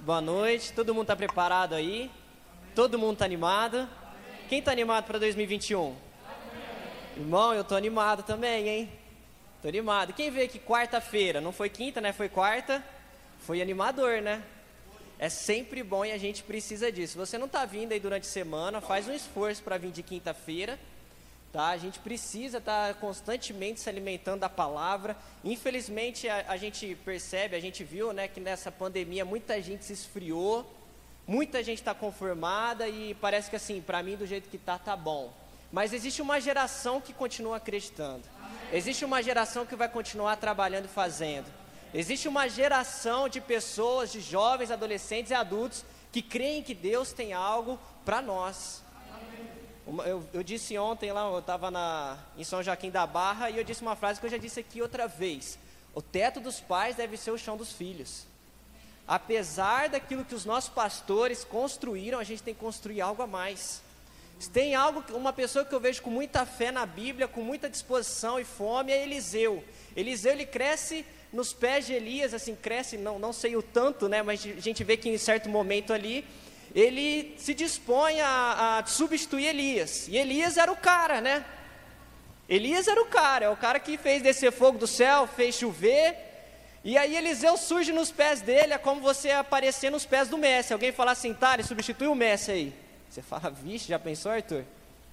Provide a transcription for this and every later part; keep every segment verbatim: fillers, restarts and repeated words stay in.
Boa noite. Todo mundo está preparado aí? Todo mundo está animado? Quem está animado para dois mil e vinte e um? Irmão, eu estou animado também, hein? Estou animado. Quem veio aqui quarta-feira? Não foi quinta, né? Foi quarta? Foi animador, né? É sempre bom e a gente precisa disso. Se você não está vindo aí durante a semana, faz um esforço para vir de quinta-feira. Tá? A gente precisa estar constantemente se alimentando da palavra. Infelizmente, a, a gente percebe, a gente viu, né, que nessa pandemia muita gente se esfriou, muita gente está conformada e parece que assim, para mim, do jeito que está, tá bom. Mas existe uma geração que continua acreditando. Existe uma geração que vai continuar trabalhando e fazendo. Existe uma geração de pessoas, de jovens, adolescentes e adultos que creem que Deus tem algo para nós. Eu, eu disse ontem lá, eu estava em São Joaquim da Barra e eu disse uma frase que eu já disse aqui outra vez: o teto dos pais deve ser o chão dos filhos. Apesar daquilo que os nossos pastores construíram, a gente tem que construir algo a mais. Se tem algo, uma pessoa que eu vejo com muita fé na Bíblia, com muita disposição e fome, é Eliseu. Eliseu, ele cresce nos pés de Elias, assim, cresce, não, não sei o tanto, né, mas a gente vê que em certo momento ali, ele se dispõe a, a substituir Elias, e Elias era o cara, né, Elias era o cara, é o cara que fez descer fogo do céu, fez chover, e aí Eliseu surge nos pés dele, é como você aparecer nos pés do Messi. Alguém fala assim, tá, ele substitui o Messi aí, você fala, vixe, já pensou, Arthur?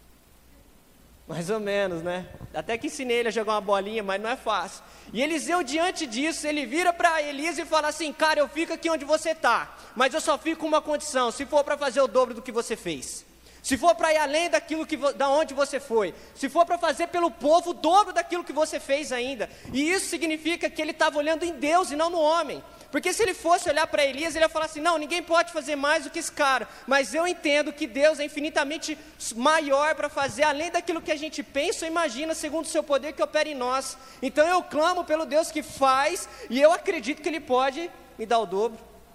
Mais ou menos, né? Até que ensinei ele a jogar uma bolinha, mas não é fácil. E Eliseu, diante disso, ele vira para Elias e fala assim, cara, eu fico aqui onde você está, mas eu só fico com uma condição, se for para fazer o dobro do que você fez, se for para ir além daquilo que, da onde você foi, se for para fazer pelo povo o dobro daquilo que você fez ainda. E isso significa que ele estava olhando em Deus e não no homem. Porque se ele fosse olhar para Elias, ele ia falar assim, não, ninguém pode fazer mais do que esse cara, mas eu entendo que Deus é infinitamente maior para fazer além daquilo que a gente pensa ou imagina, segundo o seu poder que opera em nós. Então eu clamo pelo Deus que faz, e eu acredito que Ele pode me dar o dobro.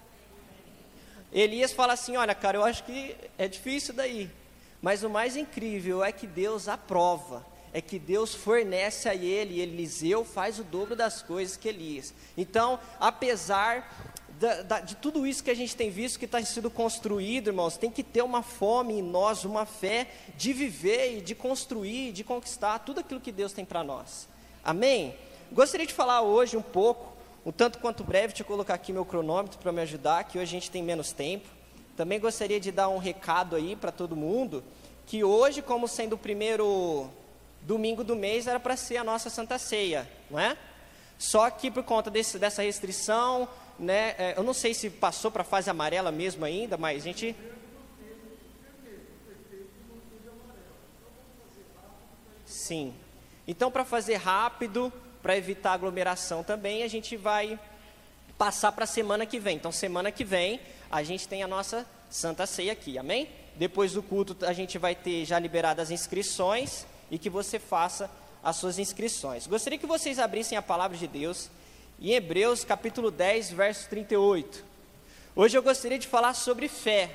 Elias fala assim, olha cara, eu acho que é difícil daí, mas o mais incrível é que Deus aprova, é que Deus fornece a ele, e Eliseu faz o dobro das coisas que Elias. Então, apesar da, da, de tudo isso que a gente tem visto que está sendo construído, irmãos, tem que ter uma fome em nós, uma fé de viver e de construir, de conquistar tudo aquilo que Deus tem para nós. Amém? Gostaria de falar hoje um pouco, um tanto quanto breve, deixa eu colocar aqui meu cronômetro para me ajudar, que hoje a gente tem menos tempo. Também gostaria de dar um recado aí para todo mundo, que hoje, como sendo o primeiro domingo do mês, era para ser a nossa Santa Ceia, não é? Só que por conta desse, dessa restrição, né, é, eu não sei se passou para a fase amarela mesmo ainda, mas a gente... Sim. Então, para fazer rápido, para evitar aglomeração também, a gente vai passar para a semana que vem. Então, semana que vem, a gente tem a nossa Santa Ceia aqui, amém? Depois do culto, a gente vai ter já liberado as inscrições, e que você faça as suas inscrições. Gostaria que vocês abrissem a palavra de Deus em Hebreus capítulo dez, verso trinta e oito. Hoje eu gostaria de falar sobre fé.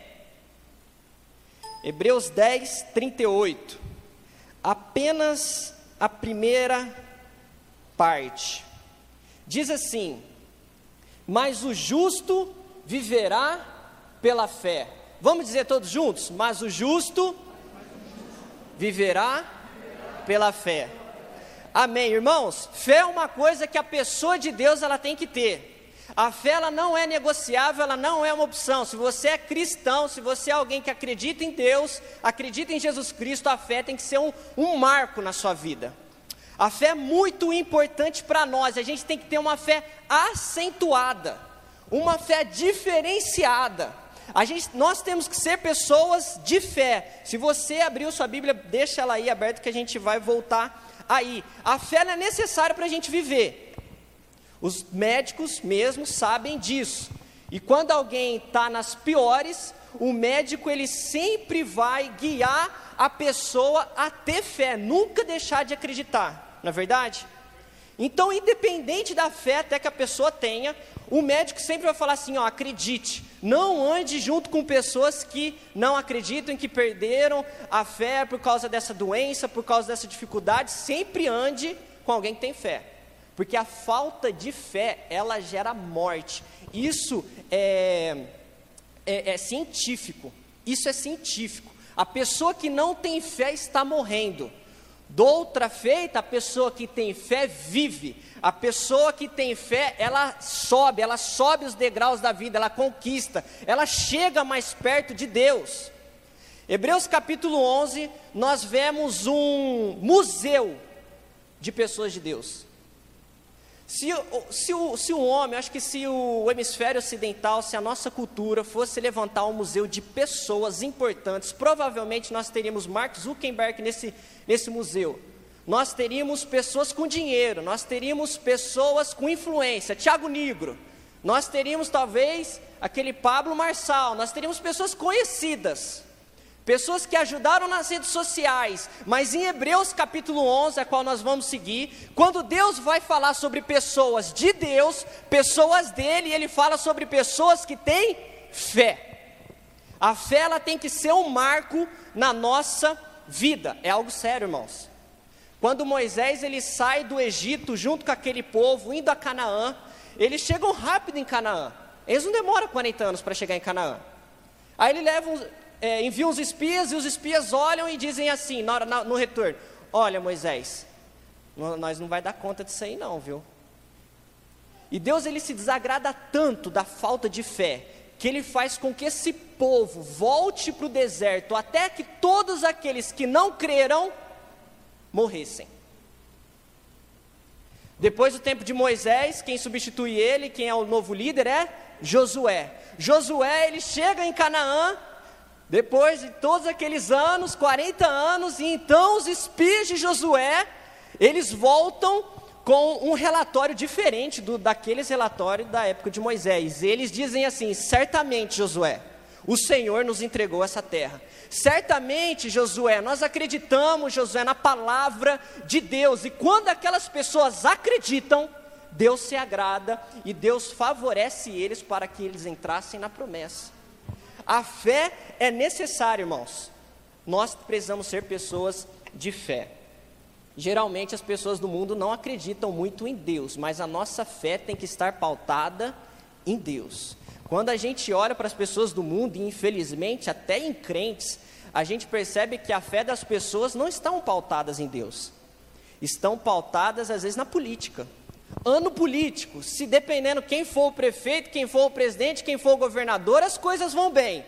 Hebreus dez, trinta e oito. Apenas a primeira parte. Diz assim, mas o justo viverá pela fé. Vamos dizer todos juntos? Mas o justo viverá pela fé. Amém, irmãos? Fé é uma coisa que a pessoa de Deus ela tem que ter. A fé ela não é negociável, ela não é uma opção. Se você é cristão, se você é alguém que acredita em Deus, acredita em Jesus Cristo, a fé tem que ser um, um marco na sua vida. A fé é muito importante para nós. A gente tem que ter uma fé acentuada, uma fé diferenciada. A gente, nós temos que ser pessoas de fé. Se você abriu sua Bíblia, deixa ela aí aberta que a gente vai voltar aí. A fé é necessária para a gente viver. Os médicos mesmo sabem disso. E quando alguém está nas piores, o médico ele sempre vai guiar a pessoa a ter fé, nunca deixar de acreditar, não é verdade? Então, independente da fé até que a pessoa tenha, o médico sempre vai falar assim, ó, acredite, não ande junto com pessoas que não acreditam, que perderam a fé por causa dessa doença, por causa dessa dificuldade, sempre ande com alguém que tem fé, porque a falta de fé, ela gera morte. Isso é, é, é científico, isso é científico. A pessoa que não tem fé está morrendo. Doutra feita, a pessoa que tem fé vive. A pessoa que tem fé, ela sobe, ela sobe os degraus da vida, ela conquista, ela chega mais perto de Deus. Hebreus capítulo onze, nós vemos um museu de pessoas de Deus. Se, se, o, se o homem, acho que se o hemisfério ocidental, se a nossa cultura fosse levantar um museu de pessoas importantes, provavelmente nós teríamos Mark Zuckerberg nesse, nesse museu. Nós teríamos pessoas com dinheiro, nós teríamos pessoas com influência, Thiago Nigro. Nós teríamos talvez aquele Pablo Marçal, nós teríamos pessoas conhecidas. Pessoas que ajudaram nas redes sociais, mas em Hebreus capítulo onze, a qual nós vamos seguir, quando Deus vai falar sobre pessoas de Deus, pessoas dele, ele fala sobre pessoas que têm fé. A fé, ela tem que ser um marco na nossa vida, é algo sério, irmãos. Quando Moisés, ele sai do Egito, junto com aquele povo, indo a Canaã, eles chegam rápido em Canaã, eles não demoram quarenta anos para chegar em Canaã. Aí ele leva uns... É, enviam os espias, e os espias olham e dizem assim, na hora, na, no retorno: olha, Moisés, nós não vai dar conta disso aí não, viu? E Deus, ele se desagrada tanto da falta de fé, que ele faz com que esse povo volte para o deserto, até que todos aqueles que não creram, morressem. Depois do tempo de Moisés, quem substitui ele, quem é o novo líder é Josué. Josué, ele chega em Canaã, depois de todos aqueles anos, quarenta anos, e então os espias de Josué, eles voltam com um relatório diferente do, daqueles relatórios da época de Moisés. Eles dizem assim: certamente, Josué, o Senhor nos entregou essa terra. Certamente, Josué, nós acreditamos, Josué, na palavra de Deus. E quando aquelas pessoas acreditam, Deus se agrada e Deus favorece eles para que eles entrassem na promessa. A fé é necessária, irmãos. Nós precisamos ser pessoas de fé. Geralmente as pessoas do mundo não acreditam muito em Deus, mas a nossa fé tem que estar pautada em Deus. Quando a gente olha para as pessoas do mundo, e infelizmente até em crentes, a gente percebe que a fé das pessoas não estão pautadas em Deus. Estão pautadas às vezes na política. Ano político, se dependendo quem for o prefeito, quem for o presidente, quem for o governador, as coisas vão bem.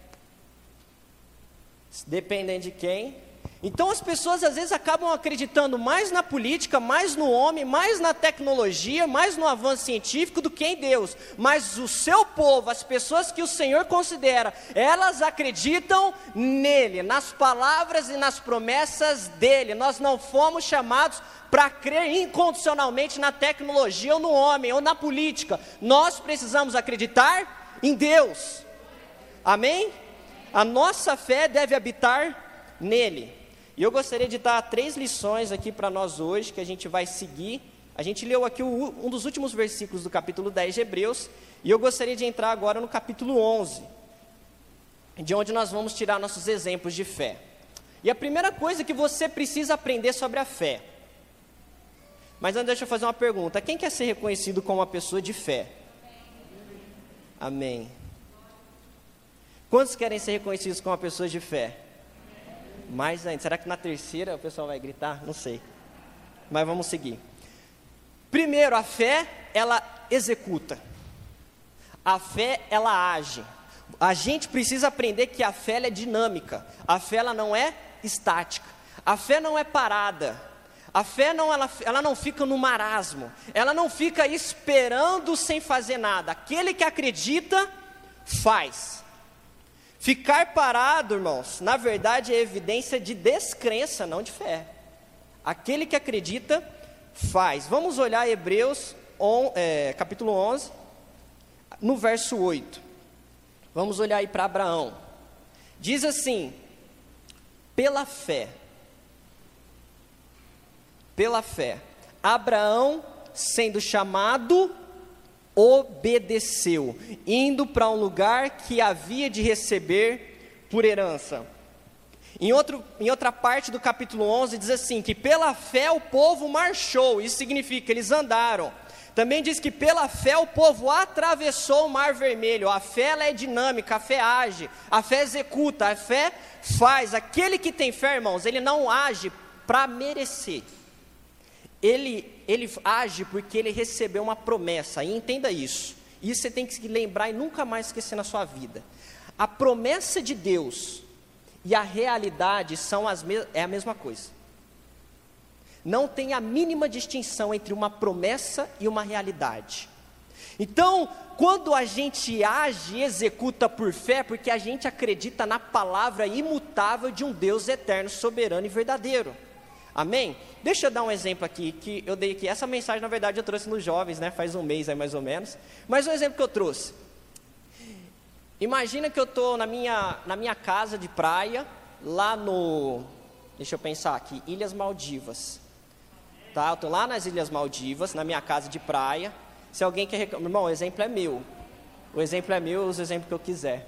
Dependendo de quem. Então as pessoas às vezes acabam acreditando mais na política, mais no homem, mais na tecnologia, mais no avanço científico do que em Deus. Mas o seu povo, as pessoas que o Senhor considera, elas acreditam nele, nas palavras e nas promessas dele. Nós não fomos chamados para crer incondicionalmente na tecnologia ou no homem ou na política. Nós precisamos acreditar em Deus. Amém? A nossa fé deve habitar nele. E eu gostaria de dar três lições aqui para nós hoje, que a gente vai seguir. A gente leu aqui o, um dos últimos versículos do capítulo dez de Hebreus, e eu gostaria de entrar agora no capítulo onze, de onde nós vamos tirar nossos exemplos de fé. E a primeira coisa que você precisa aprender sobre a fé. Mas antes, deixa eu fazer uma pergunta: quem quer ser reconhecido como uma pessoa de fé? Amém. Quantos querem ser reconhecidos como uma pessoa de fé? Mais ainda. Será que na terceira o pessoal vai gritar? Não sei. Mas vamos seguir. Primeiro, a fé, ela executa. A fé, ela age. A gente precisa aprender que a fé, ela é dinâmica. A fé, ela não é estática. A fé não é parada. A fé, não, ela, ela não fica no marasmo. Ela não fica esperando sem fazer nada. Aquele que acredita, faz. Ficar parado, irmãos, na verdade é evidência de descrença, não de fé. Aquele que acredita, faz. Vamos olhar Hebreus on, é, capítulo onze, no verso oito. Vamos olhar aí para Abraão. Diz assim: pela fé, pela fé, Abraão, sendo chamado, obedeceu, indo para um lugar que havia de receber por herança. Em, outro, em outra parte do capítulo onze diz assim, que pela fé o povo marchou. Isso significa, eles andaram, Também diz que pela fé o povo atravessou o mar vermelho. A fé ela é dinâmica, a fé age, a fé executa, a fé faz. Aquele que tem fé, irmãos, ele não age para merecer. Ele, ele age porque ele recebeu uma promessa, e entenda isso. Isso você tem que se lembrar e nunca mais esquecer na sua vida. A promessa de Deus e a realidade são as me- é a mesma coisa. Não tem a mínima distinção entre uma promessa e uma realidade. Então, quando a gente age e executa por fé, porque a gente acredita na palavra imutável de um Deus eterno, soberano e verdadeiro. Amém? Deixa eu dar um exemplo aqui, que eu dei aqui. Essa mensagem, na verdade, eu trouxe nos jovens, né? Faz um mês aí, mais ou menos. Mas um exemplo que eu trouxe. Imagina que eu estou na minha, na minha casa de praia, lá no... Deixa eu pensar aqui, Ilhas Maldivas. Tá? Eu estou lá nas Ilhas Maldivas, na minha casa de praia. Se alguém quer reclamar... Irmão, o exemplo é meu. O exemplo é meu, eu uso o exemplo que eu quiser.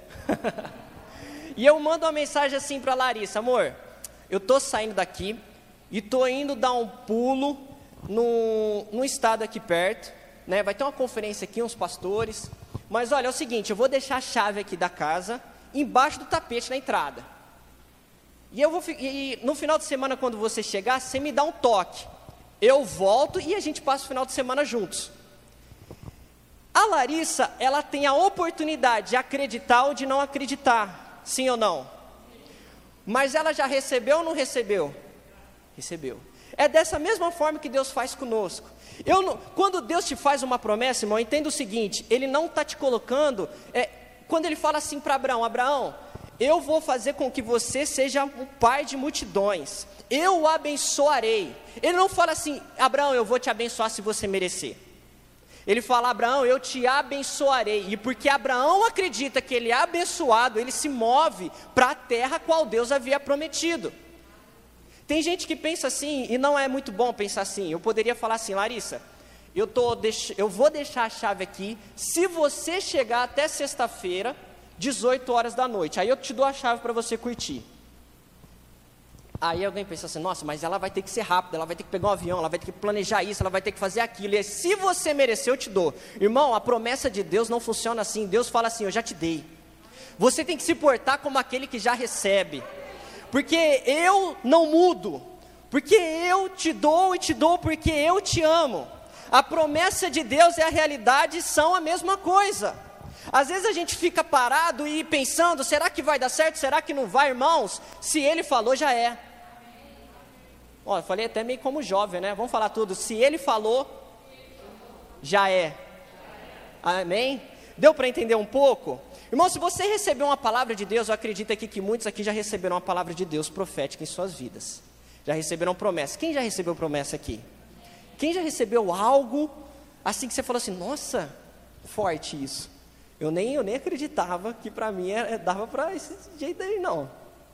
E eu mando uma mensagem assim para a Larissa. Amor, eu estou saindo daqui... E estou indo dar um pulo num, num estado aqui perto, né? Vai ter uma conferência aqui, uns pastores. Mas olha, é o seguinte, eu vou deixar a chave aqui da casa embaixo do tapete na entrada. E, eu vou, e no final de semana, quando você chegar, você me dá um toque. Eu volto e a gente passa o final de semana juntos. A Larissa, ela tem a oportunidade de acreditar ou de não acreditar. Sim ou não? Mas ela já recebeu ou não recebeu? Recebeu. É dessa mesma forma que Deus faz conosco. Eu não, quando Deus te faz uma promessa, irmão, entenda o seguinte, Ele não está te colocando, é, quando Ele fala assim para Abraão, Abraão, eu vou fazer com que você seja um pai de multidões, eu o abençoarei. Ele não fala assim, Abraão, eu vou te abençoar se você merecer. Ele fala, Abraão, eu te abençoarei. E porque Abraão acredita que ele é abençoado, ele se move para a terra a qual Deus havia prometido. Tem gente que pensa assim, e não é muito bom pensar assim. Eu poderia falar assim, Larissa, eu, tô deix... eu vou deixar a chave aqui, se você chegar até sexta-feira, dezoito horas da noite, aí eu te dou a chave para você curtir. Aí alguém pensa assim, nossa, mas ela vai ter que ser rápida, ela vai ter que pegar um avião, ela vai ter que planejar isso, ela vai ter que fazer aquilo, e se você merecer, eu te dou. Irmão, a promessa de Deus não funciona assim. Deus fala assim, eu já te dei. Você tem que se portar como aquele que já recebe. Porque eu não mudo, porque eu te dou e te dou porque eu te amo. A promessa de Deus e a realidade são a mesma coisa. Às vezes a gente fica parado e pensando, será que vai dar certo, será que não vai, irmãos? Se Ele falou, já é. Ó, eu falei até meio como jovem, né? Vamos falar tudo, se Ele falou, já é. Amém? Deu para entender um pouco? Irmão, se você recebeu uma palavra de Deus, eu acredito aqui que muitos aqui já receberam uma palavra de Deus profética em suas vidas. Já receberam promessa. Quem já recebeu promessa aqui? Quem já recebeu algo assim que você falou assim, nossa, forte isso. Eu nem, eu nem acreditava que para mim era, dava para esse jeito aí, não.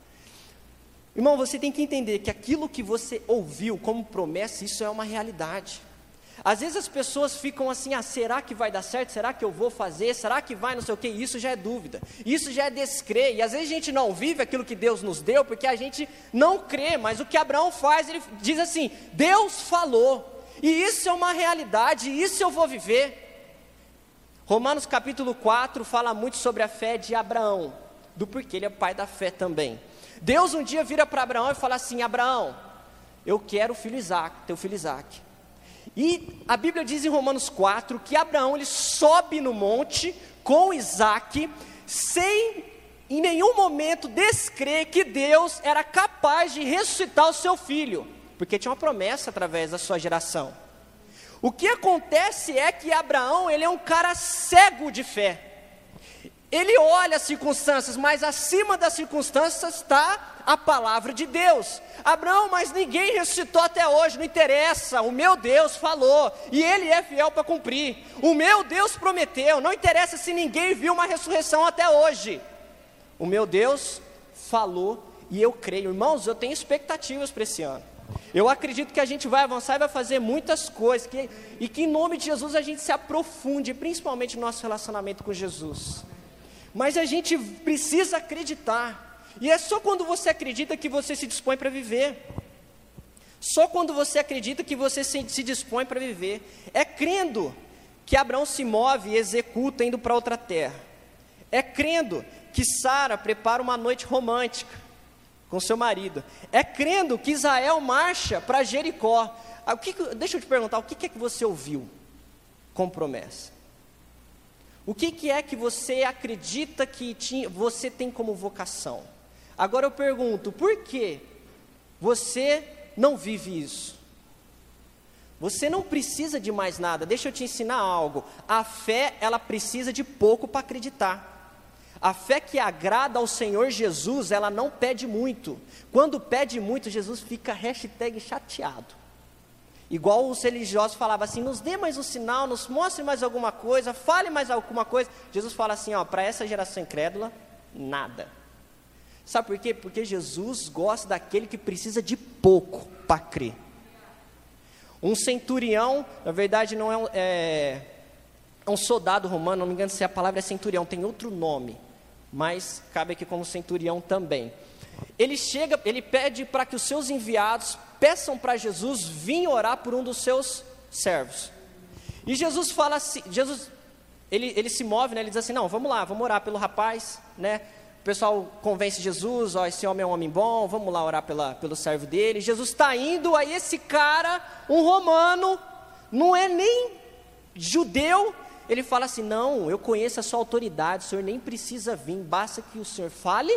Irmão, você tem que entender que aquilo que você ouviu como promessa, isso é uma realidade. Às vezes as pessoas ficam assim, ah, será que vai dar certo? Será que eu vou fazer? Será que vai não sei o quê? Isso já é dúvida, isso já é descrer, e às vezes a gente não vive aquilo que Deus nos deu, porque a gente não crê, mas o que Abraão faz, ele diz assim, Deus falou, e isso é uma realidade, e isso eu vou viver. Romanos capítulo quatro fala muito sobre a fé de Abraão, do porquê ele é pai da fé também. Deus um dia vira para Abraão e fala assim, Abraão, eu quero o filho Isaque, teu filho Isaque. E a Bíblia diz em Romanos quatro que Abraão ele sobe no monte com Isaque, sem em nenhum momento descrer que Deus era capaz de ressuscitar o seu filho, porque tinha uma promessa através da sua geração. O que acontece é que Abraão ele é um cara cego de fé. Ele olha as circunstâncias, mas acima das circunstâncias está a palavra de Deus. Abraão, mas ninguém ressuscitou até hoje, não interessa, o meu Deus falou, e Ele é fiel para cumprir. O meu Deus prometeu, não interessa se ninguém viu uma ressurreição até hoje. O meu Deus falou, e eu creio. Irmãos, eu tenho expectativas para esse ano. Eu acredito que a gente vai avançar e vai fazer muitas coisas, que, e que em nome de Jesus a gente se aprofunde, principalmente no nosso relacionamento com Jesus. Mas a gente precisa acreditar, e é só quando você acredita que você se dispõe para viver. Só quando você acredita que você se, se dispõe para viver. É crendo, que Abraão se move e executa indo para outra terra. É crendo que Sara prepara uma noite romântica com seu marido. É crendo que Israel marcha para Jericó. O que, deixa eu te perguntar, o que é que você ouviu com promessa? O que, que é que você acredita que tinha, você tem como vocação? Agora eu pergunto, por que você não vive isso? Você não precisa de mais nada. Deixa eu te ensinar algo. A fé, ela precisa de pouco para acreditar. A fé que agrada ao Senhor Jesus, ela não pede muito. Quando pede muito, Jesus fica hashtag chateado. Igual os religiosos falavam assim, nos dê mais um sinal, nos mostre mais alguma coisa, fale mais alguma coisa. Jesus fala assim, ó, para essa geração incrédula, nada. Sabe por quê? Porque Jesus gosta daquele que precisa de pouco para crer. Um centurião, na verdade não é um, é, é um soldado romano, não me engano se a palavra é centurião, tem outro nome, mas cabe aqui como centurião também. Ele chega, ele pede para que os seus enviados peçam para Jesus vir orar por um dos seus servos. E Jesus fala assim, Jesus, ele, ele se move, né, ele diz assim, não, vamos lá, vamos orar pelo rapaz, né? O pessoal convence Jesus, ó, esse homem é um homem bom, vamos lá orar pela, pelo servo dele. Jesus está indo, aí esse cara, um romano, não é nem judeu, ele fala assim, não, eu conheço a sua autoridade, o senhor nem precisa vir, basta que o senhor fale,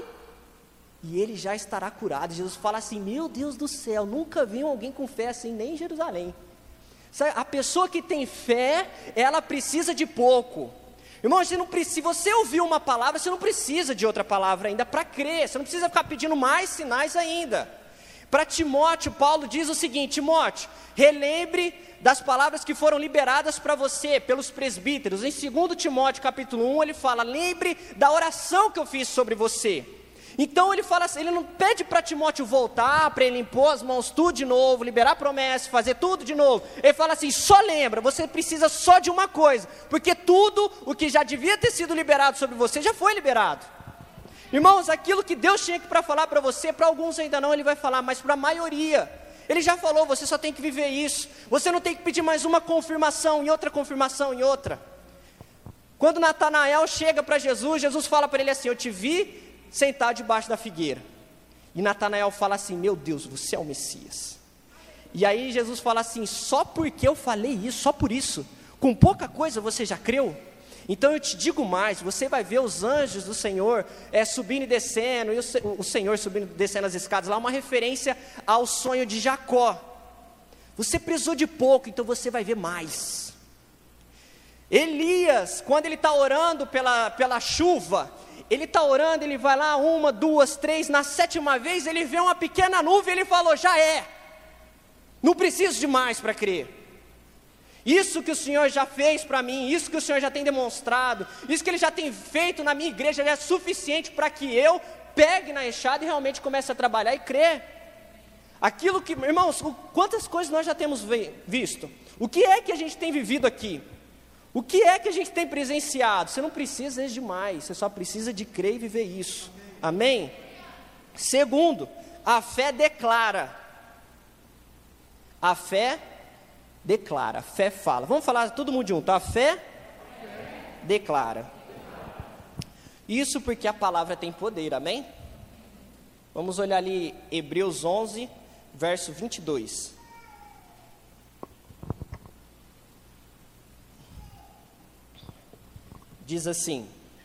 e ele já estará curado. Jesus fala assim, meu Deus do céu, nunca vi alguém com fé assim, nem em Jerusalém. Sabe, a pessoa que tem fé, ela precisa de pouco. Irmão, você não precisa, se você ouviu uma palavra, você não precisa de outra palavra ainda para crer, você não precisa ficar pedindo mais sinais ainda. Para Timóteo, Paulo diz o seguinte, Timóteo, relembre das palavras que foram liberadas para você, pelos presbíteros. Em segundo Timóteo capítulo um, ele fala, lembre da oração que eu fiz sobre você. Então ele fala assim, ele não pede para Timóteo voltar, para ele impor as mãos tudo de novo, liberar promessas, fazer tudo de novo. Ele fala assim, só lembra, você precisa só de uma coisa, porque tudo o que já devia ter sido liberado sobre você, já foi liberado. Irmãos, aquilo que Deus tinha para falar para você, para alguns ainda não, Ele vai falar, mas para a maioria, Ele já falou, você só tem que viver isso. Você não tem que pedir mais uma confirmação, e outra confirmação, e outra. Quando Natanael chega para Jesus, Jesus fala para ele assim, eu te vi sentado debaixo da figueira. E Natanael fala assim, meu Deus, você é o Messias. E aí Jesus fala assim, só porque eu falei isso, só por isso, com pouca coisa você já creu? Então eu te digo mais, você vai ver os anjos do Senhor é, subindo e descendo, e o, o Senhor subindo e descendo as escadas, lá uma referência ao sonho de Jacó. Você precisou de pouco, então você vai ver mais. Elias, quando ele está orando pela, pela chuva, ele está orando, ele vai lá uma, duas, três, na sétima vez ele vê uma pequena nuvem, ele falou, já é, não preciso de mais para crer. Isso que o Senhor já fez para mim, isso que o Senhor já tem demonstrado, isso que Ele já tem feito na minha igreja, já é suficiente para que eu pegue na enxada e realmente comece a trabalhar e crer. Aquilo que, irmãos, quantas coisas nós já temos visto, o que é que a gente tem vivido aqui? O que é que a gente tem presenciado? Você não precisa de mais, você só precisa de crer e viver isso. Amém? Segundo, a fé declara. A fé declara, a fé fala. Vamos falar todo mundo junto. A fé declara. Isso porque a palavra tem poder, amém? Vamos olhar ali Hebreus onze, verso vinte e dois. Diz assim,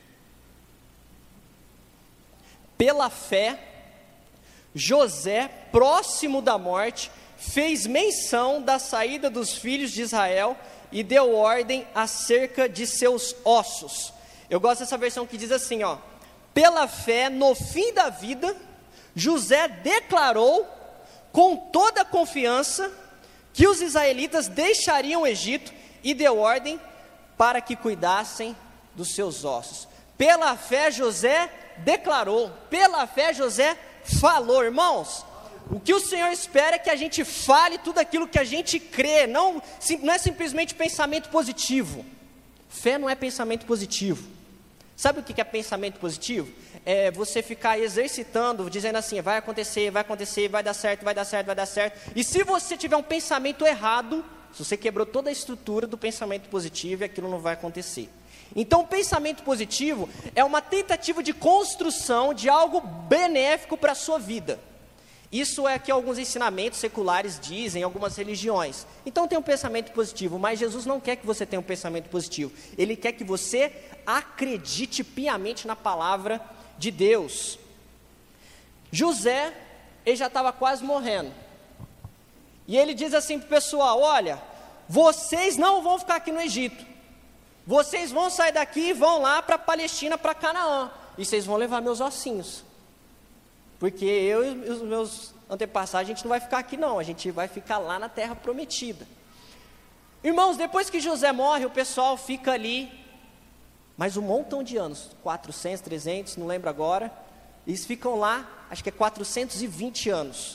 pela fé, José, próximo da morte, fez menção da saída dos filhos de Israel e deu ordem acerca de seus ossos. Eu gosto dessa versão que diz assim, ó, pela fé, no fim da vida, José declarou com toda a confiança que os israelitas deixariam o Egito e deu ordem para que cuidassem dos seus ossos. Pela fé José declarou, pela fé José falou. Irmãos, o que o Senhor espera é que a gente fale tudo aquilo que a gente crê, não, não é simplesmente pensamento positivo. Fé não é pensamento positivo. Sabe o que é pensamento positivo? É você ficar exercitando, dizendo assim, vai acontecer, vai acontecer, vai dar certo, vai dar certo, vai dar certo. E se você tiver um pensamento errado, Se você quebrou toda a estrutura do pensamento positivo, aquilo não vai acontecer. Então, o pensamento positivo é uma tentativa de construção de algo benéfico para a sua vida. Isso é que alguns ensinamentos seculares dizem, algumas religiões. Então tem um pensamento positivo, mas Jesus não quer que você tenha um pensamento positivo. Ele quer que você acredite piamente na palavra de Deus. José, ele já estava quase morrendo. E ele diz assim para o pessoal, olha, vocês não vão ficar aqui no Egito. Vocês vão sair daqui e vão lá para a Palestina, para Canaã. E vocês vão levar meus ossinhos. Porque eu e os meus antepassados, a gente não vai ficar aqui não, a gente vai ficar lá na terra prometida. Irmãos, depois que José morre, o pessoal fica ali, mais um montão de anos, quatrocentos, trezentos, não lembro agora. Eles ficam lá, acho que é quatrocentos e vinte anos.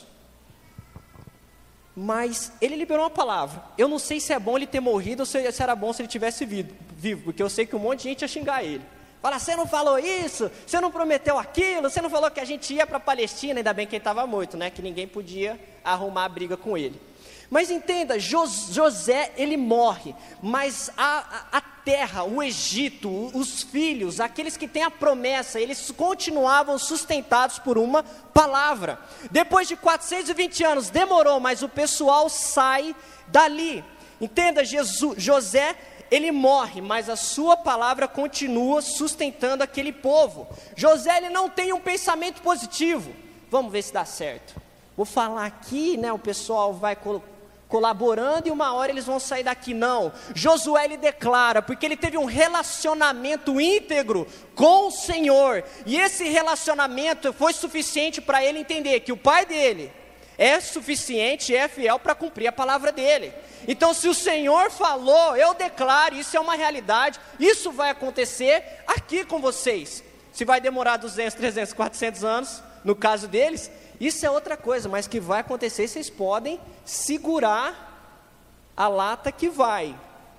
Mas ele liberou uma palavra. Eu não sei se é bom ele ter morrido ou se era bom se ele tivesse vivo, vivo porque eu sei que um monte de gente ia xingar ele. Fala, você não falou isso, você não prometeu aquilo, você não falou que a gente ia para a Palestina, ainda bem que ele estava morto, né? Que ninguém podia arrumar a briga com ele. Mas entenda, Jos, José, ele morre, mas a, a, a terra, o Egito, os filhos, aqueles que têm a promessa, eles continuavam sustentados por uma palavra. Depois de quatrocentos e vinte anos, demorou, mas o pessoal sai dali. Entenda, Jesus, José, ele morre, mas a sua palavra continua sustentando aquele povo. José, ele não tem um pensamento positivo. Vamos ver se dá certo. Vou falar aqui, né, o pessoal vai col- colaborando e uma hora eles vão sair daqui. Não, Josué, ele declara, porque ele teve um relacionamento íntegro com o Senhor. E esse relacionamento foi suficiente para ele entender que o pai dele é suficiente, é fiel para cumprir a palavra dele. Então, se o Senhor falou, eu declaro, isso é uma realidade, isso vai acontecer aqui com vocês. Se vai demorar duzentos, trezentos, quatrocentos anos, no caso deles, isso é outra coisa, mas que vai acontecer, vocês podem segurar a lata que vai.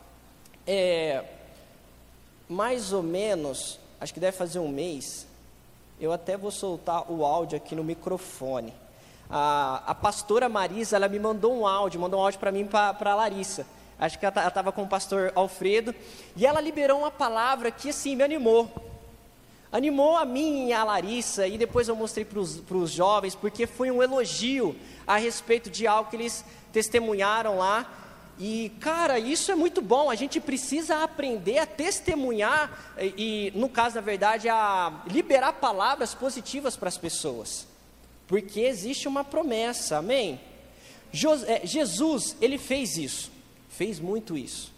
É, mais ou menos, acho que deve fazer um mês, eu até vou soltar o áudio aqui no microfone. A, a pastora Marisa, ela me mandou um áudio, mandou um áudio para mim, para a Larissa. Acho que ela estava com o pastor Alfredo, e ela liberou uma palavra que assim me animou. Animou a mim e a Larissa, e depois eu mostrei para os jovens, porque foi um elogio a respeito de algo que eles testemunharam lá. E cara, isso é muito bom, a gente precisa aprender a testemunhar, e, e no caso, na verdade, a liberar palavras positivas para as pessoas. Porque existe uma promessa, amém? Jesus, ele fez isso, fez muito isso.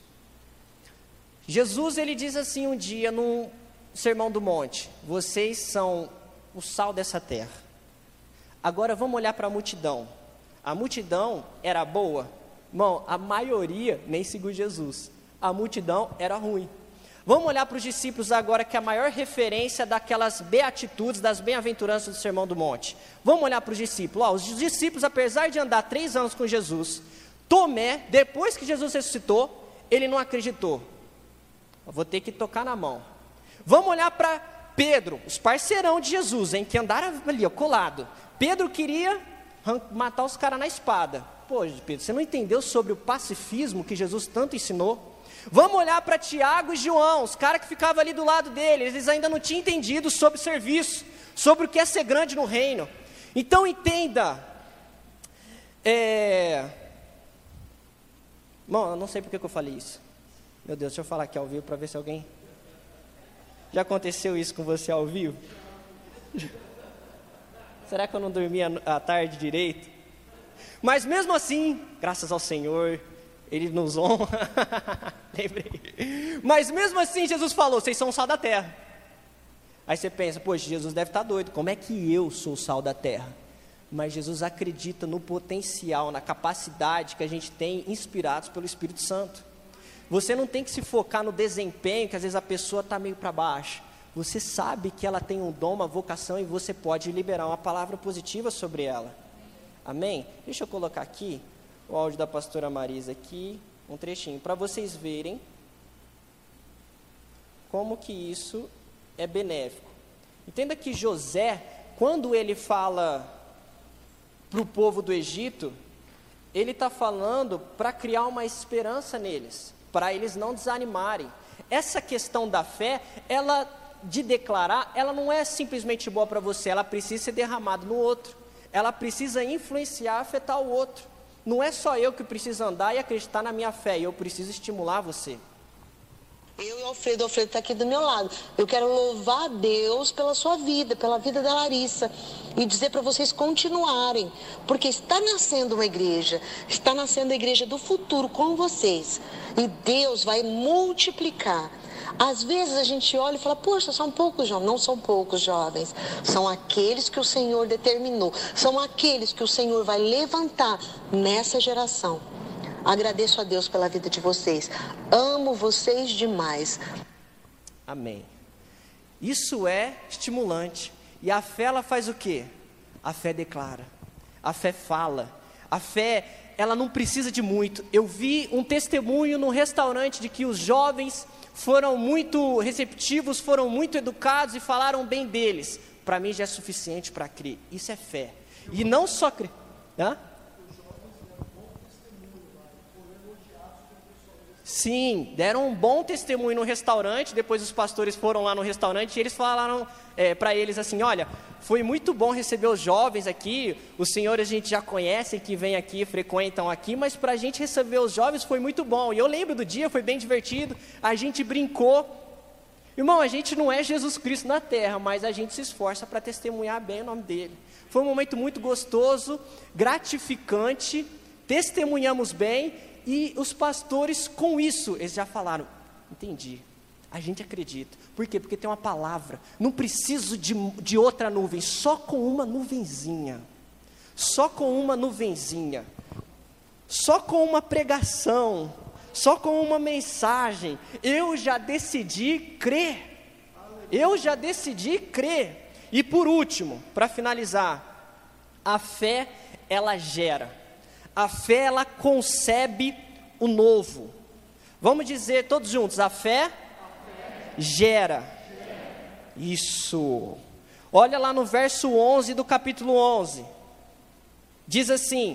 Jesus, ele diz assim um dia no Sermão do Monte, vocês são o sal dessa terra. Agora vamos olhar para a multidão. A multidão era boa? Irmão, a maioria nem seguiu Jesus. A multidão era ruim. Vamos olhar para os discípulos agora, que é a maior referência daquelas beatitudes, das bem-aventuranças do Sermão do Monte. Vamos olhar para os discípulos. Ó, os discípulos, apesar de andar três anos com Jesus, Tomé, depois que Jesus ressuscitou, ele não acreditou. Eu vou ter que tocar na mão. Vamos olhar para Pedro, os parceirão de Jesus, em que andaram ali, ó, colado. Pedro queria matar os caras na espada. Pô, Pedro, você não entendeu sobre o pacifismo que Jesus tanto ensinou? Vamos olhar para Tiago e João, os caras que ficavam ali do lado dele, eles ainda não tinham entendido sobre serviço, sobre o que é ser grande no reino. Então entenda, é... Bom, eu não sei porque que eu falei isso. Meu Deus, deixa eu falar aqui ao vivo para ver se alguém... Já aconteceu isso com você ao vivo? Será que eu não dormi a tarde direito? Mas mesmo assim, graças ao Senhor, Ele nos honra. Lembrei. Mas mesmo assim, Jesus falou, vocês são o sal da terra. Aí você pensa, poxa, Jesus deve estar doido, como é que eu sou o sal da terra? Mas Jesus acredita no potencial, na capacidade que a gente tem, inspirados pelo Espírito Santo. Você não tem que se focar no desempenho, que às vezes a pessoa está meio para baixo. Você sabe que ela tem um dom, uma vocação, e você pode liberar uma palavra positiva sobre ela. Amém? Deixa eu colocar aqui o áudio da pastora Marisa aqui, um trechinho, para vocês verem como que isso é benéfico. Entenda que José, quando ele fala para o povo do Egito, ele está falando para criar uma esperança neles, para eles não desanimarem. Essa questão da fé, ela de declarar, ela não é simplesmente boa para você, ela precisa ser derramada no outro, ela precisa influenciar, afetar o outro. Não é só eu que preciso andar e acreditar na minha fé, eu preciso estimular você. Eu e o Alfredo, o Alfredo está aqui do meu lado. Eu quero louvar a Deus pela sua vida, pela vida da Larissa. E dizer para vocês continuarem. Porque está nascendo uma igreja. Está nascendo a igreja do futuro com vocês. E Deus vai multiplicar. Às vezes a gente olha e fala, poxa, são poucos jovens. Não são poucos jovens. São aqueles que o Senhor determinou. São aqueles que o Senhor vai levantar nessa geração. Agradeço a Deus pela vida de vocês. Amo vocês demais. Amém. Isso é estimulante. E a fé, ela faz o quê? A fé declara. A fé fala. A fé, ela não precisa de muito. Eu vi um testemunho no restaurante de que os jovens foram muito receptivos, foram muito educados e falaram bem deles. Para mim já é suficiente para crer. Isso é fé. E não só crer. Hã? Sim, deram um bom testemunho no restaurante. Depois os pastores foram lá no restaurante e eles falaram é, para eles assim, olha, foi muito bom receber os jovens aqui, os senhores a gente já conhece, que vêm aqui, frequentam aqui, mas para a gente receber os jovens foi muito bom. E eu lembro do dia, foi bem divertido, a gente brincou. Irmão, a gente não é Jesus Cristo na terra, mas a gente se esforça para testemunhar bem o nome dele. Foi um momento muito gostoso, gratificante, testemunhamos bem. E os pastores, com isso, eles já falaram, entendi, a gente acredita. Por quê? Porque tem uma palavra, não preciso de, de outra nuvem, só com uma nuvenzinha, só com uma nuvenzinha, só com uma pregação, só com uma mensagem, eu já decidi crer, eu já decidi crer. E por último, para finalizar, a fé, ela gera. A fé, ela concebe o novo. Vamos dizer todos juntos, a fé, a fé gera. gera. Isso. Olha lá no verso onze do capítulo onze. Diz assim,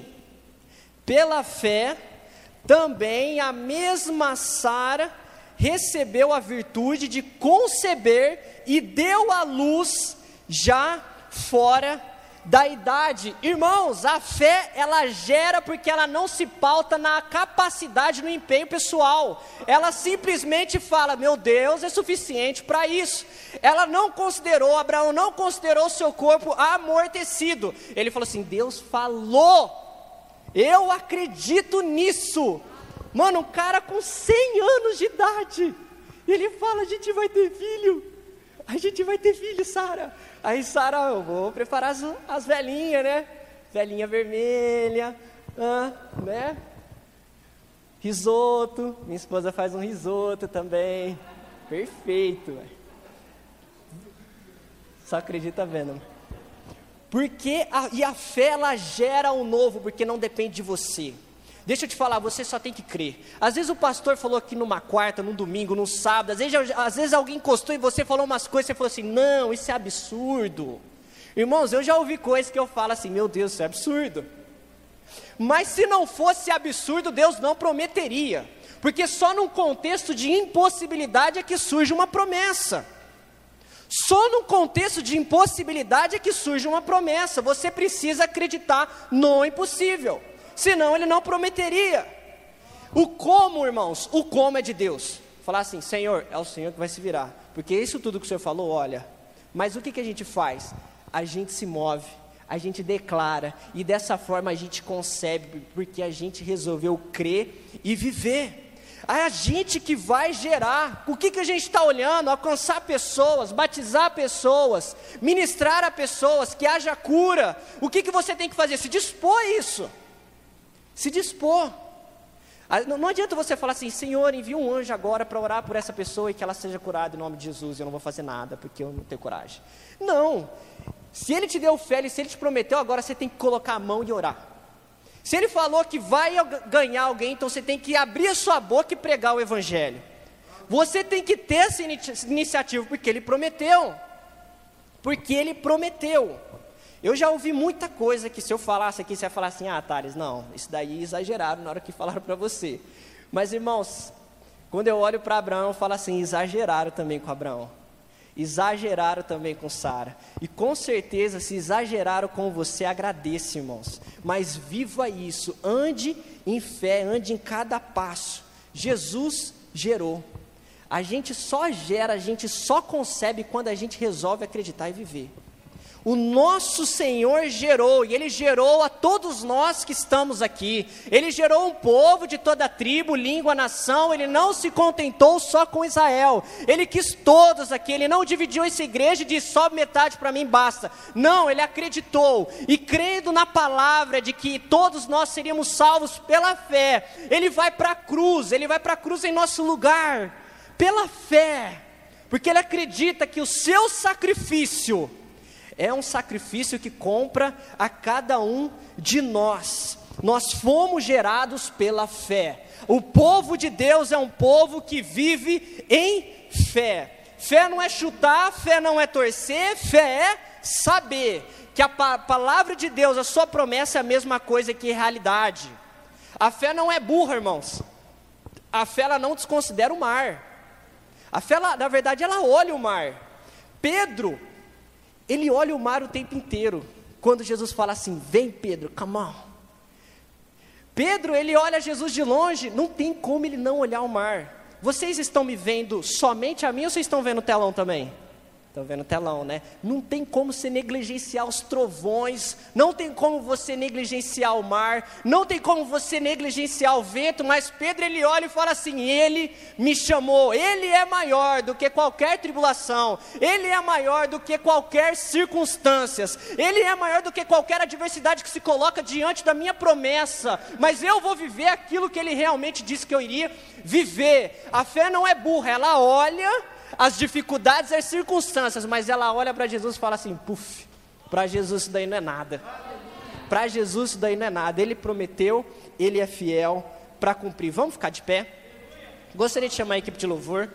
pela fé, também a mesma Sara recebeu a virtude de conceber e deu à luz já fora da idade. Irmãos, a fé, ela gera porque ela não se pauta na capacidade, no empenho pessoal. Ela simplesmente fala, meu Deus é suficiente para isso. Ela não considerou, Abraão não considerou seu corpo amortecido. Ele falou assim, Deus falou, eu acredito nisso. Mano, um cara com cem anos de idade, ele fala, a gente vai ter filho, a gente vai ter filho, Sara. Aí Sara, eu vou preparar as, as velhinhas, né? Velhinha vermelha, ah, né? Risoto, minha esposa faz um risoto também. Perfeito, véio. Só acredita vendo. Porque, a, e a fé, ela gera o novo, porque não depende de você. Deixa eu te falar, você só tem que crer. Às vezes o pastor falou aqui numa quarta, num domingo, num sábado, às vezes, às vezes alguém encostou e você falou umas coisas, você falou assim, não, isso é absurdo. Irmãos, eu já ouvi coisas que eu falo assim, meu Deus, isso é absurdo. Mas se não fosse absurdo, Deus não prometeria. Porque só num contexto de impossibilidade é que surge uma promessa. Só num contexto de impossibilidade é que surge uma promessa. Você precisa acreditar no impossível. Senão ele não prometeria. O como, irmãos, o como é de Deus. Falar assim, Senhor, é o Senhor que vai se virar. Porque isso tudo que o Senhor falou, olha. Mas o que, que a gente faz? A gente se move, a gente declara. E dessa forma a gente concebe, porque a gente resolveu crer e viver. A gente que vai gerar. O que, que a gente está olhando? Alcançar pessoas, batizar pessoas, ministrar a pessoas, que haja cura. O que, que você tem que fazer? Se dispor a isso. Se dispor. Não adianta você falar assim, Senhor, envia um anjo agora para orar por essa pessoa e que ela seja curada em nome de Jesus. Eu não vou fazer nada porque eu não tenho coragem. Não. Se Ele te deu fé, se Ele te prometeu, agora você tem que colocar a mão e orar. Se Ele falou que vai ganhar alguém, então você tem que abrir a sua boca e pregar o Evangelho. Você tem que ter essa iniciativa porque Ele prometeu. Porque Ele prometeu. Eu já ouvi muita coisa que se eu falasse aqui, você ia falar assim, ah, Thales, não, isso daí exageraram na hora que falaram para você. Mas, irmãos, quando eu olho para Abraão, eu falo assim, exageraram também com Abraão. Exageraram também com Sara. E com certeza, se exageraram com você, agradeça, irmãos. Mas viva isso, ande em fé, ande em cada passo. Jesus gerou. A gente só gera, a gente só concebe quando a gente resolve acreditar e viver. O nosso Senhor gerou, e Ele gerou a todos nós que estamos aqui. Ele gerou um povo de toda tribo, língua, nação. Ele não se contentou só com Israel. Ele quis todos aqui. Ele não dividiu essa igreja e disse, só metade para mim basta. Não, Ele acreditou. E crendo na palavra de que todos nós seríamos salvos pela fé, Ele vai para a cruz. Ele vai para a cruz em nosso lugar, pela fé. Porque Ele acredita que o seu sacrifício é um sacrifício que compra a cada um de nós. Nós fomos gerados pela fé. O povo de Deus é um povo que vive em fé. Fé não é chutar, fé não é torcer, fé é saber que a pa- palavra de Deus, a sua promessa é a mesma coisa que realidade. A fé não é burra, irmãos. A fé ela não desconsidera o mar. A fé, ela, na verdade, ela olha o mar. Pedro, ele olha o mar o tempo inteiro. Quando Jesus fala assim, vem Pedro, come on. Pedro, ele olha Jesus de longe, não tem como ele não olhar o mar. Vocês estão me vendo somente a mim ou vocês estão vendo o telão também? Estão vendo o telão, né? Não tem como você negligenciar os trovões, não tem como você negligenciar o mar, não tem como você negligenciar o vento, mas Pedro, ele olha e fala assim, Ele me chamou, Ele é maior do que qualquer tribulação, Ele é maior do que qualquer circunstâncias, Ele é maior do que qualquer adversidade que se coloca diante da minha promessa, mas eu vou viver aquilo que Ele realmente disse que eu iria viver. A fé não é burra, ela olha as dificuldades, as circunstâncias, mas ela olha para Jesus e fala assim, puf, para Jesus isso daí não é nada, para Jesus isso daí não é nada, Ele prometeu, Ele é fiel para cumprir. Vamos ficar de pé? Gostaria de chamar a equipe de louvor.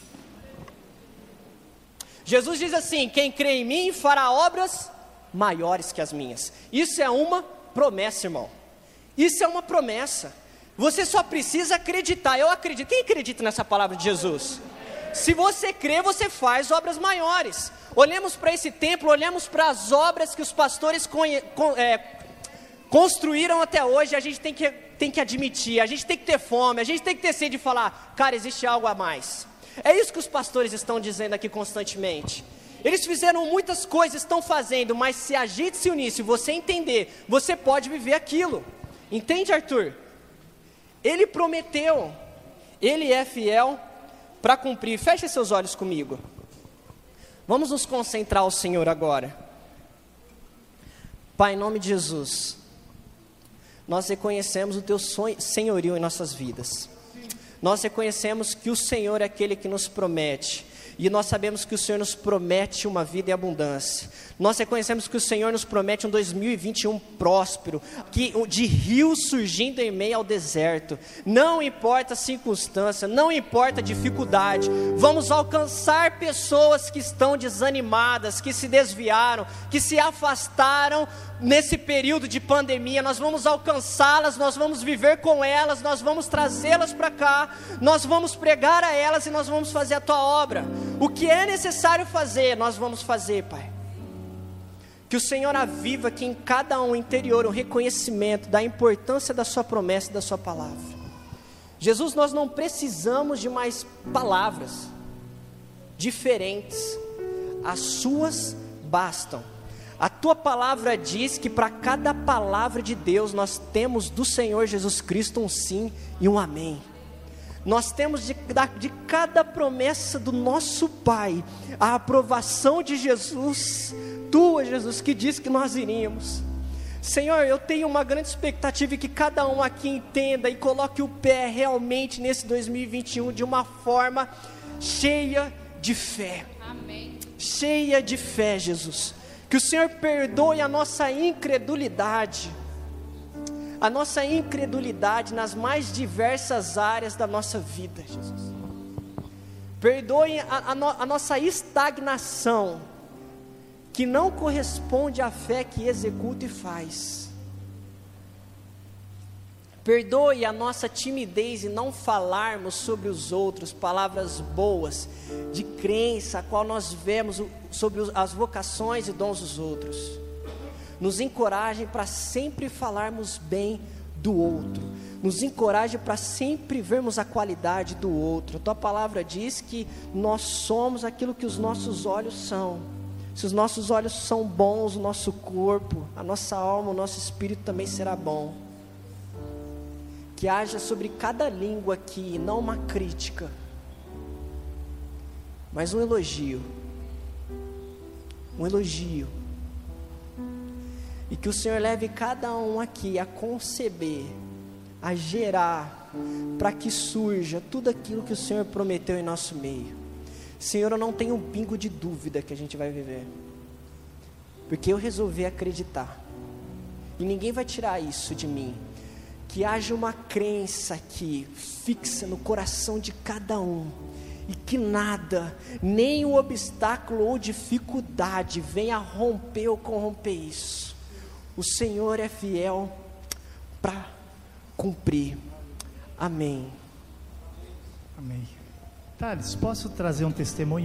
Jesus diz assim, quem crê em mim fará obras maiores que as minhas. Isso é uma promessa, irmão, isso é uma promessa, você só precisa acreditar. Eu acredito, quem acredita nessa palavra de Jesus? Se você crê, você faz obras maiores. Olhemos para esse templo, olhemos para as obras que os pastores conhe, con, é, construíram até hoje. A gente tem que, tem que admitir, a gente tem que ter fome, a gente tem que ter sede de falar, cara, existe algo a mais. É isso que os pastores estão dizendo aqui constantemente. Eles fizeram muitas coisas, estão fazendo, mas se a gente se unir, se você entender, você pode viver aquilo. Entende, Arthur? Ele prometeu, Ele é fiel para cumprir. Feche seus olhos comigo. Vamos nos concentrar ao Senhor agora. Pai, em nome de Jesus, nós reconhecemos o Teu sonho, senhorio em nossas vidas. Nós reconhecemos que o Senhor é aquele que nos promete. E nós sabemos que o Senhor nos promete uma vida em abundância. Nós reconhecemos que o Senhor nos promete um dois mil e vinte e um próspero, que, de rios surgindo em meio ao deserto. Não importa a circunstância, não importa a dificuldade, vamos alcançar pessoas que estão desanimadas, que se desviaram, que se afastaram nesse período de pandemia. Nós vamos alcançá-las, nós vamos viver com elas, nós vamos trazê-las para cá, nós vamos pregar a elas e nós vamos fazer a Tua obra. O que é necessário fazer, nós vamos fazer, Pai. Que o Senhor aviva aqui em cada um interior um reconhecimento da importância da Sua promessa e da Sua palavra. Jesus, nós não precisamos de mais palavras diferentes, as Suas bastam. A Tua palavra diz que para cada palavra de Deus nós temos do Senhor Jesus Cristo um sim e um amém. Nós temos de, de cada promessa do nosso Pai, a aprovação de Jesus, Tua, Jesus, que diz que nós iríamos. Senhor, eu tenho uma grande expectativa e que cada um aqui entenda e coloque o pé realmente nesse dois mil e vinte e um de uma forma cheia de fé. Amém. Cheia de fé, Jesus. Que o Senhor perdoe a nossa incredulidade, a nossa incredulidade nas mais diversas áreas da nossa vida, Jesus. Perdoe a, a, no, a nossa estagnação, que não corresponde à fé que executa e faz. Perdoe a nossa timidez em não falarmos sobre os outros, palavras boas, de crença, a qual nós vemos sobre as vocações e dons dos outros. Nos encoraje para sempre falarmos bem do outro, nos encoraje para sempre vermos a qualidade do outro. A tua palavra diz que nós somos aquilo que os nossos olhos são. Se os nossos olhos são bons, o nosso corpo, a nossa alma, o nosso espírito também será bom. Que haja sobre cada língua aqui, não uma crítica, mas um elogio, um elogio, e que o Senhor leve cada um aqui a conceber, a gerar, para que surja tudo aquilo que o Senhor prometeu em nosso meio. Senhor, eu não tenho um pingo de dúvida que a gente vai viver, porque eu resolvi acreditar, e ninguém vai tirar isso de mim. Que haja uma crença aqui, fixa no coração de cada um, e que nada, nem o obstáculo ou dificuldade venha romper ou corromper isso. O Senhor é fiel para cumprir. Amém. Amém. Thales, posso trazer um testemunho?